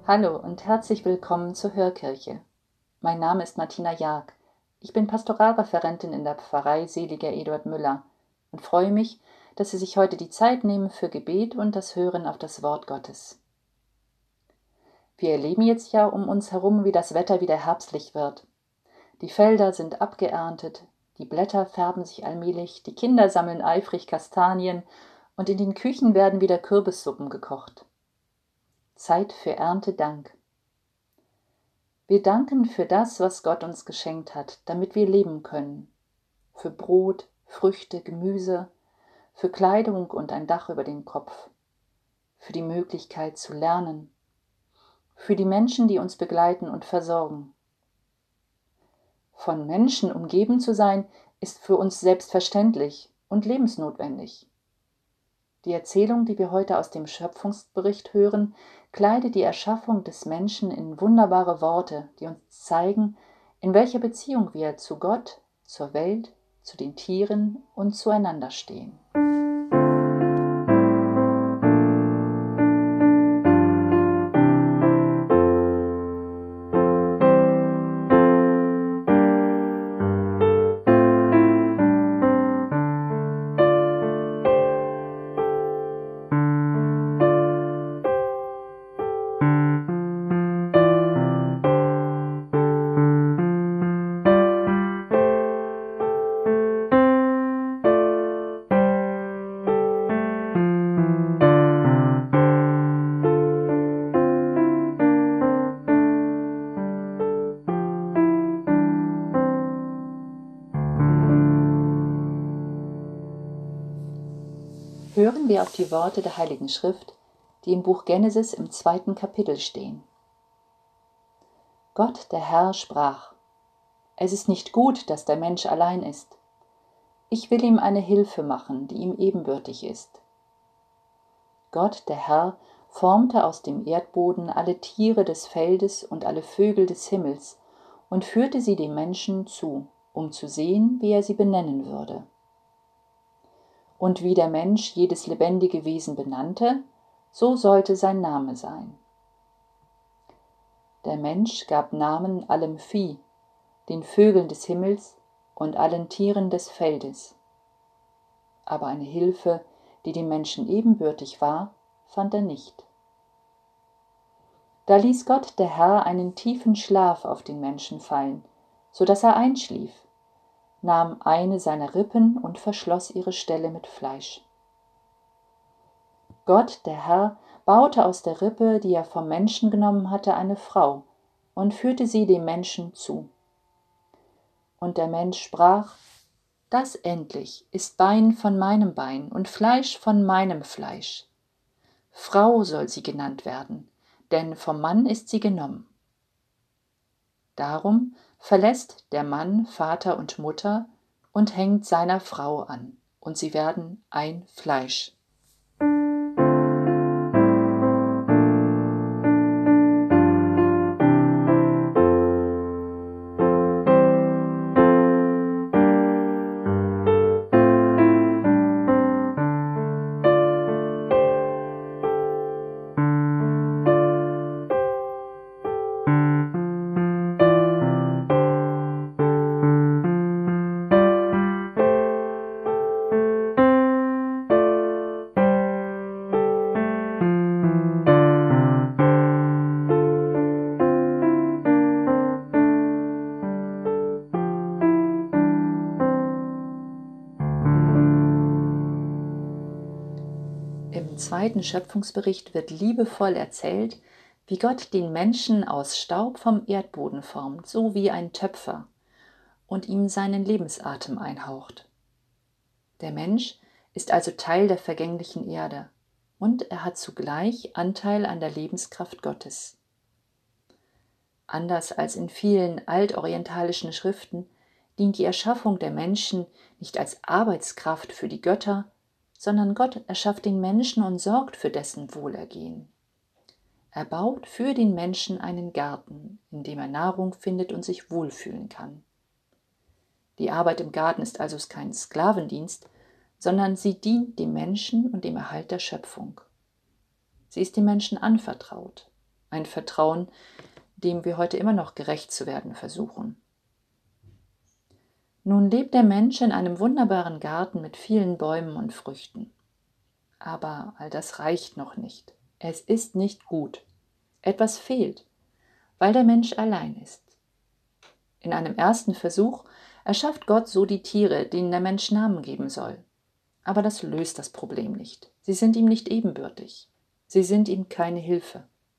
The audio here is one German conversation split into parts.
Hallo und herzlich willkommen zur Hörkirche. Mein Name ist Martina Jag. Ich bin Pastoralreferentin in der Pfarrei Seliger Eduard Müller und freue mich, dass Sie sich heute die Zeit nehmen für Gebet und das Hören auf das Wort Gottes. Wir erleben jetzt ja um uns herum, wie das Wetter wieder herbstlich wird. Die Felder sind abgeerntet, die Blätter färben sich allmählich, die Kinder sammeln eifrig Kastanien und in den Küchen werden wieder Kürbissuppen gekocht. Zeit für Erntedank. Wir danken für das, was Gott uns geschenkt hat, damit wir leben können. Für Brot, Früchte, Gemüse, für Kleidung und ein Dach über den Kopf, für die Möglichkeit zu lernen, für die Menschen, die uns begleiten und versorgen. Von Menschen umgeben zu sein, ist für uns selbstverständlich und lebensnotwendig. Die Erzählung, die wir heute aus dem Schöpfungsbericht hören, kleidet die Erschaffung des Menschen in wunderbare Worte, die uns zeigen, in welcher Beziehung wir zu Gott, zur Welt, zu den Tieren und zueinander stehen. Hören wir auf die Worte der Heiligen Schrift, die im Buch Genesis im 2. Kapitel stehen. Gott, der Herr, sprach: Es ist nicht gut, dass der Mensch allein ist. Ich will ihm eine Hilfe machen, die ihm ebenbürtig ist. Gott, der Herr, formte aus dem Erdboden alle Tiere des Feldes und alle Vögel des Himmels und führte sie dem Menschen zu, um zu sehen, wie er sie benennen würde. Und wie der Mensch jedes lebendige Wesen benannte, so sollte sein Name sein. Der Mensch gab Namen allem Vieh, den Vögeln des Himmels und allen Tieren des Feldes. Aber eine Hilfe, die dem Menschen ebenbürtig war, fand er nicht. Da ließ Gott, der Herr, einen tiefen Schlaf auf den Menschen fallen, so dass er einschlief, nahm eine seiner Rippen und verschloss ihre Stelle mit Fleisch. Gott, der Herr, baute aus der Rippe, die er vom Menschen genommen hatte, eine Frau und führte sie dem Menschen zu. Und der Mensch sprach: Das endlich ist Bein von meinem Bein und Fleisch von meinem Fleisch. Frau soll sie genannt werden, denn vom Mann ist sie genommen. Darum verlässt der Mann Vater und Mutter und hängt seiner Frau an, und sie werden ein Fleisch. Im 2. Schöpfungsbericht wird liebevoll erzählt, wie Gott den Menschen aus Staub vom Erdboden formt, so wie ein Töpfer, und ihm seinen Lebensatem einhaucht. Der Mensch ist also Teil der vergänglichen Erde und er hat zugleich Anteil an der Lebenskraft Gottes. Anders als in vielen altorientalischen Schriften dient die Erschaffung der Menschen nicht als Arbeitskraft für die Götter, sondern Gott erschafft den Menschen und sorgt für dessen Wohlergehen. Er baut für den Menschen einen Garten, in dem er Nahrung findet und sich wohlfühlen kann. Die Arbeit im Garten ist also kein Sklavendienst, sondern sie dient dem Menschen und dem Erhalt der Schöpfung. Sie ist dem Menschen anvertraut, ein Vertrauen, dem wir heute immer noch gerecht zu werden versuchen. Nun lebt der Mensch in einem wunderbaren Garten mit vielen Bäumen und Früchten. Aber all das reicht noch nicht. Es ist nicht gut. Etwas fehlt, weil der Mensch allein ist. In einem ersten Versuch erschafft Gott so die Tiere, denen der Mensch Namen geben soll. Aber das löst das Problem nicht. Sie sind ihm nicht ebenbürtig. Sie sind ihm keine Hilfe.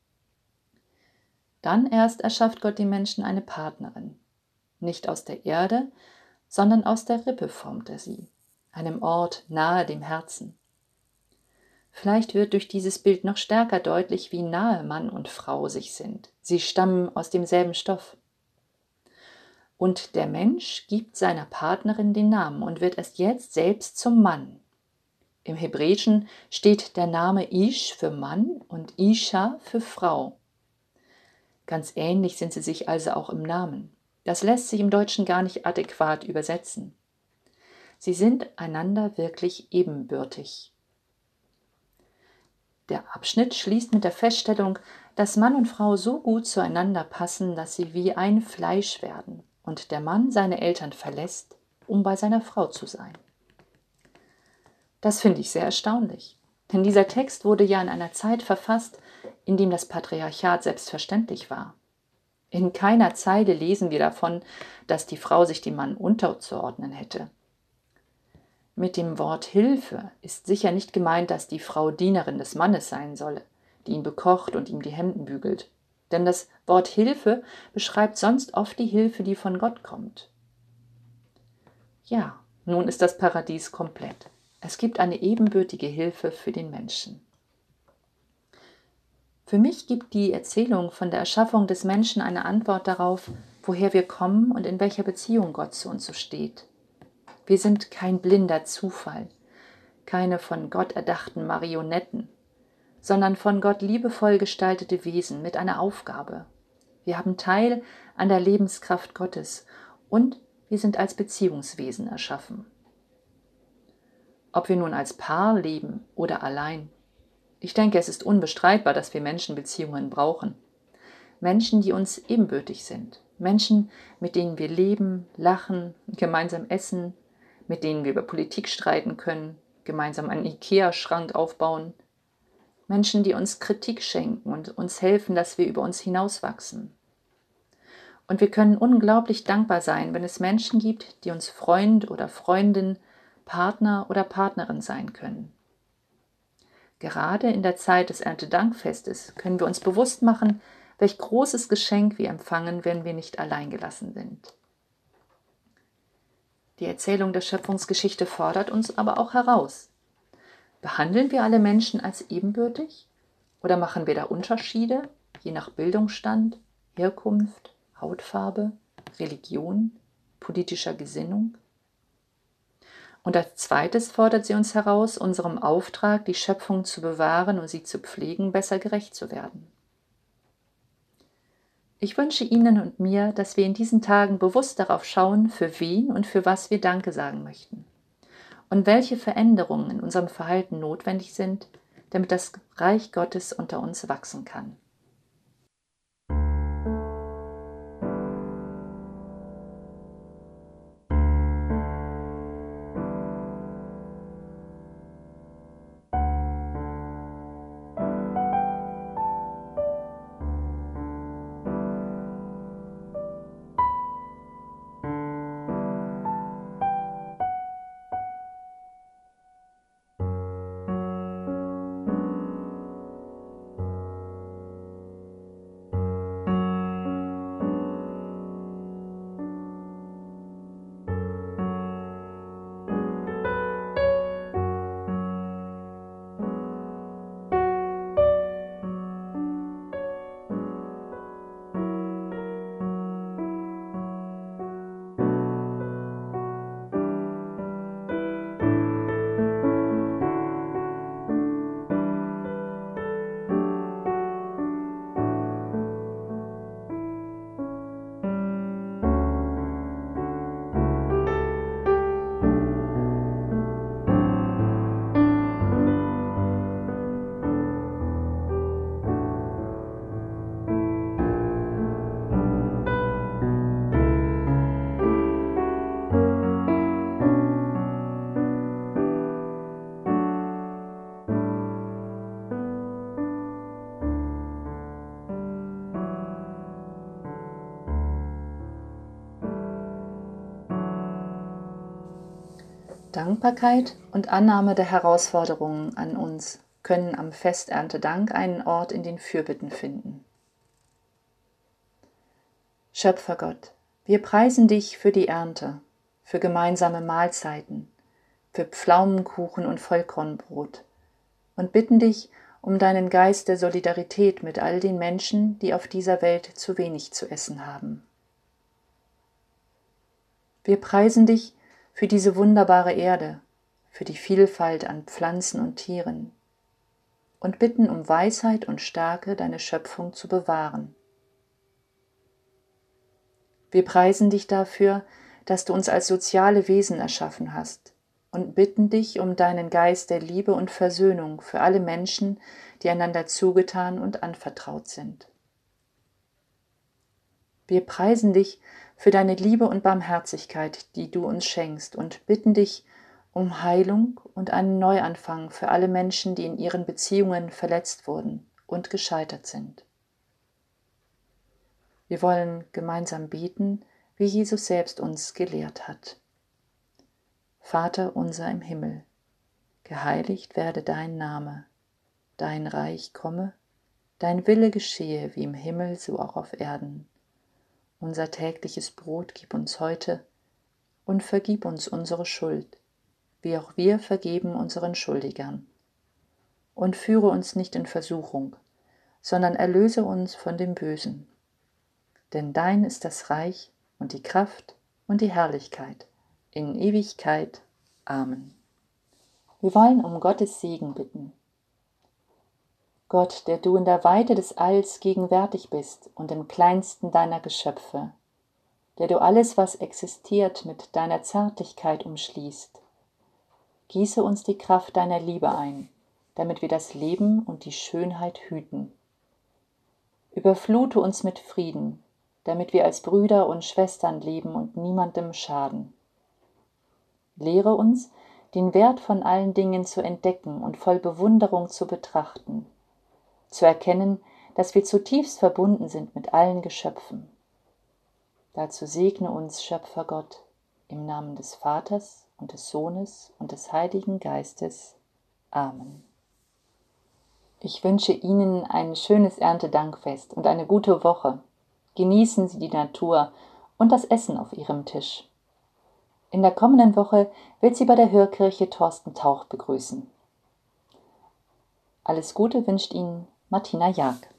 Dann erst erschafft Gott dem Menschen eine Partnerin. Nicht aus der Erde, sondern aus der Rippe formt er sie, einem Ort nahe dem Herzen. Vielleicht wird durch dieses Bild noch stärker deutlich, wie nahe Mann und Frau sich sind. Sie stammen aus demselben Stoff. Und der Mensch gibt seiner Partnerin den Namen und wird erst jetzt selbst zum Mann. Im Hebräischen steht der Name Ish für Mann und Isha für Frau. Ganz ähnlich sind sie sich also auch im Namen. Das lässt sich im Deutschen gar nicht adäquat übersetzen. Sie sind einander wirklich ebenbürtig. Der Abschnitt schließt mit der Feststellung, dass Mann und Frau so gut zueinander passen, dass sie wie ein Fleisch werden und der Mann seine Eltern verlässt, um bei seiner Frau zu sein. Das finde ich sehr erstaunlich, denn dieser Text wurde ja in einer Zeit verfasst, in dem das Patriarchat selbstverständlich war. In keiner Zeile lesen wir davon, dass die Frau sich dem Mann unterzuordnen hätte. Mit dem Wort Hilfe ist sicher nicht gemeint, dass die Frau Dienerin des Mannes sein solle, die ihn bekocht und ihm die Hemden bügelt. Denn das Wort Hilfe beschreibt sonst oft die Hilfe, die von Gott kommt. Ja, nun ist das Paradies komplett. Es gibt eine ebenbürtige Hilfe für den Menschen. Für mich gibt die Erzählung von der Erschaffung des Menschen eine Antwort darauf, woher wir kommen und in welcher Beziehung Gott zu uns so steht. Wir sind kein blinder Zufall, keine von Gott erdachten Marionetten, sondern von Gott liebevoll gestaltete Wesen mit einer Aufgabe. Wir haben Teil an der Lebenskraft Gottes und wir sind als Beziehungswesen erschaffen. Ob wir nun als Paar leben oder allein. Ich denke, es ist unbestreitbar, dass wir Menschen Beziehungen brauchen. Menschen, die uns ebenbürtig sind. Menschen, mit denen wir leben, lachen, gemeinsam essen, mit denen wir über Politik streiten können, gemeinsam einen IKEA-Schrank aufbauen. Menschen, die uns Kritik schenken und uns helfen, dass wir über uns hinauswachsen. Und wir können unglaublich dankbar sein, wenn es Menschen gibt, die uns Freund oder Freundin, Partner oder Partnerin sein können. Gerade in der Zeit des Erntedankfestes können wir uns bewusst machen, welch großes Geschenk wir empfangen, wenn wir nicht allein gelassen sind. Die Erzählung der Schöpfungsgeschichte fordert uns aber auch heraus. Behandeln wir alle Menschen als ebenbürtig? Oder machen wir da Unterschiede, je nach Bildungsstand, Herkunft, Hautfarbe, Religion, politischer Gesinnung? Und als zweites fordert sie uns heraus, unserem Auftrag, die Schöpfung zu bewahren und sie zu pflegen, besser gerecht zu werden. Ich wünsche Ihnen und mir, dass wir in diesen Tagen bewusst darauf schauen, für wen und für was wir Danke sagen möchten und welche Veränderungen in unserem Verhalten notwendig sind, damit das Reich Gottes unter uns wachsen kann. Dankbarkeit und Annahme der Herausforderungen an uns können am Festerntedank einen Ort in den Fürbitten finden. Schöpfergott, wir preisen dich für die Ernte, für gemeinsame Mahlzeiten, für Pflaumenkuchen und Vollkornbrot und bitten dich um deinen Geist der Solidarität mit all den Menschen, die auf dieser Welt zu wenig zu essen haben. Wir preisen dich für diese wunderbare Erde, für die Vielfalt an Pflanzen und Tieren und bitten um Weisheit und Stärke, deine Schöpfung zu bewahren. Wir preisen dich dafür, dass du uns als soziale Wesen erschaffen hast und bitten dich um deinen Geist der Liebe und Versöhnung für alle Menschen, die einander zugetan und anvertraut sind. Wir preisen dich für deine Liebe und Barmherzigkeit, die du uns schenkst, und bitten dich um Heilung und einen Neuanfang für alle Menschen, die in ihren Beziehungen verletzt wurden und gescheitert sind. Wir wollen gemeinsam beten, wie Jesus selbst uns gelehrt hat. Vater unser im Himmel, geheiligt werde dein Name, dein Reich komme, dein Wille geschehe wie im Himmel, so auch auf Erden. Unser tägliches Brot gib uns heute und vergib uns unsere Schuld, wie auch wir vergeben unseren Schuldigern. Und führe uns nicht in Versuchung, sondern erlöse uns von dem Bösen. Denn dein ist das Reich und die Kraft und die Herrlichkeit in Ewigkeit. Amen. Wir wollen um Gottes Segen bitten. Gott, der du in der Weite des Alls gegenwärtig bist und im kleinsten deiner Geschöpfe, der du alles, was existiert, mit deiner Zärtlichkeit umschließt, gieße uns die Kraft deiner Liebe ein, damit wir das Leben und die Schönheit hüten. Überflute uns mit Frieden, damit wir als Brüder und Schwestern leben und niemandem schaden. Lehre uns, den Wert von allen Dingen zu entdecken und voll Bewunderung zu betrachten, zu erkennen, dass wir zutiefst verbunden sind mit allen Geschöpfen. Dazu segne uns, Schöpfergott, im Namen des Vaters und des Sohnes und des Heiligen Geistes. Amen. Ich wünsche Ihnen ein schönes Erntedankfest und eine gute Woche. Genießen Sie die Natur und das Essen auf Ihrem Tisch. In der kommenden Woche wird Sie bei der Hörkirche Thorsten Tauch begrüßen. Alles Gute wünscht Ihnen Martina Jag.